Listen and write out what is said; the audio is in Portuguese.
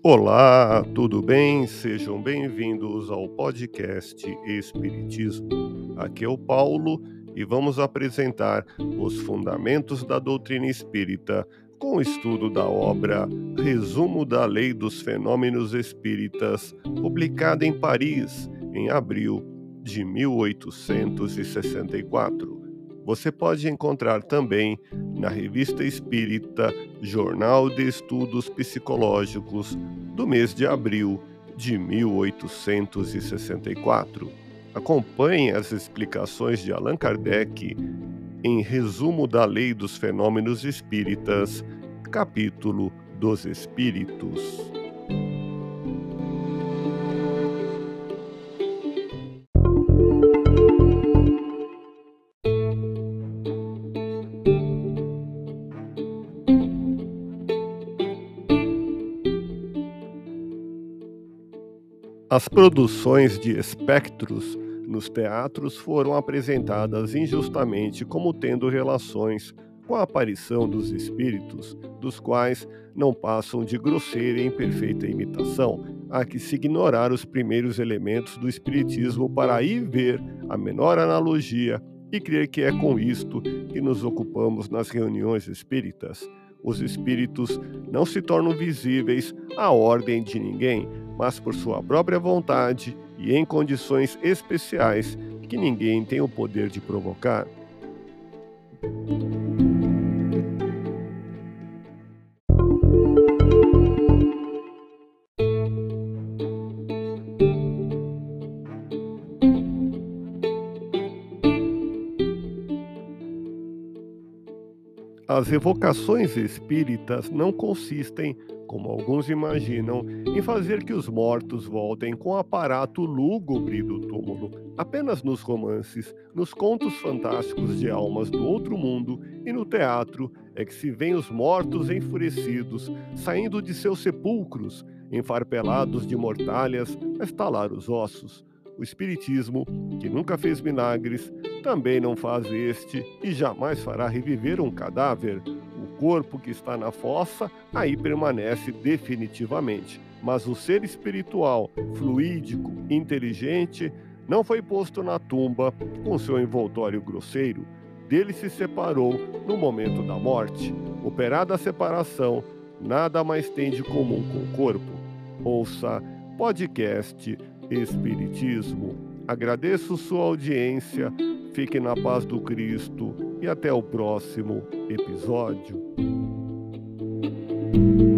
Olá, tudo bem? Sejam bem-vindos ao podcast Espiritismo. Aqui é o Paulo e vamos apresentar os fundamentos da doutrina espírita com o estudo da obra Resumo da Lei dos Fenômenos Espíritas, publicada em Paris em abril de 1864. Você pode encontrar também na Revista Espírita Jornal de Estudos Psicológicos do mês de abril de 1864. Acompanhe as explicações de Allan Kardec em Resumo da Lei dos Fenômenos Espíritas, capítulo dos Espíritos. As produções de espectros nos teatros foram apresentadas injustamente como tendo relações com a aparição dos espíritos, dos quais não passam de grosseira e imperfeita imitação. Há que se ignorar os primeiros elementos do espiritismo para aí ver a menor analogia e crer que é com isto que nos ocupamos nas reuniões espíritas. Os espíritos não se tornam visíveis à ordem de ninguém, mas por sua própria vontade e em condições especiais que ninguém tem o poder de provocar. As evocações espíritas não consistem, como alguns imaginam, em fazer que os mortos voltem com o aparato lúgubre do túmulo. Apenas nos romances, nos contos fantásticos de almas do outro mundo e no teatro é que se vêem os mortos enfurecidos, saindo de seus sepulcros, enfarpelados de mortalhas, a estalar os ossos. O Espiritismo, que nunca fez milagres, também não faz este e jamais fará reviver um cadáver. O corpo que está na fossa aí permanece definitivamente, mas o ser espiritual, fluídico, inteligente, não foi posto na tumba com seu envoltório grosseiro. Dele se separou no momento da morte. Operada a separação, nada mais tem de comum com o corpo. Ouça podcast Espiritismo. Agradeço sua audiência, fique na paz do Cristo e até o próximo episódio.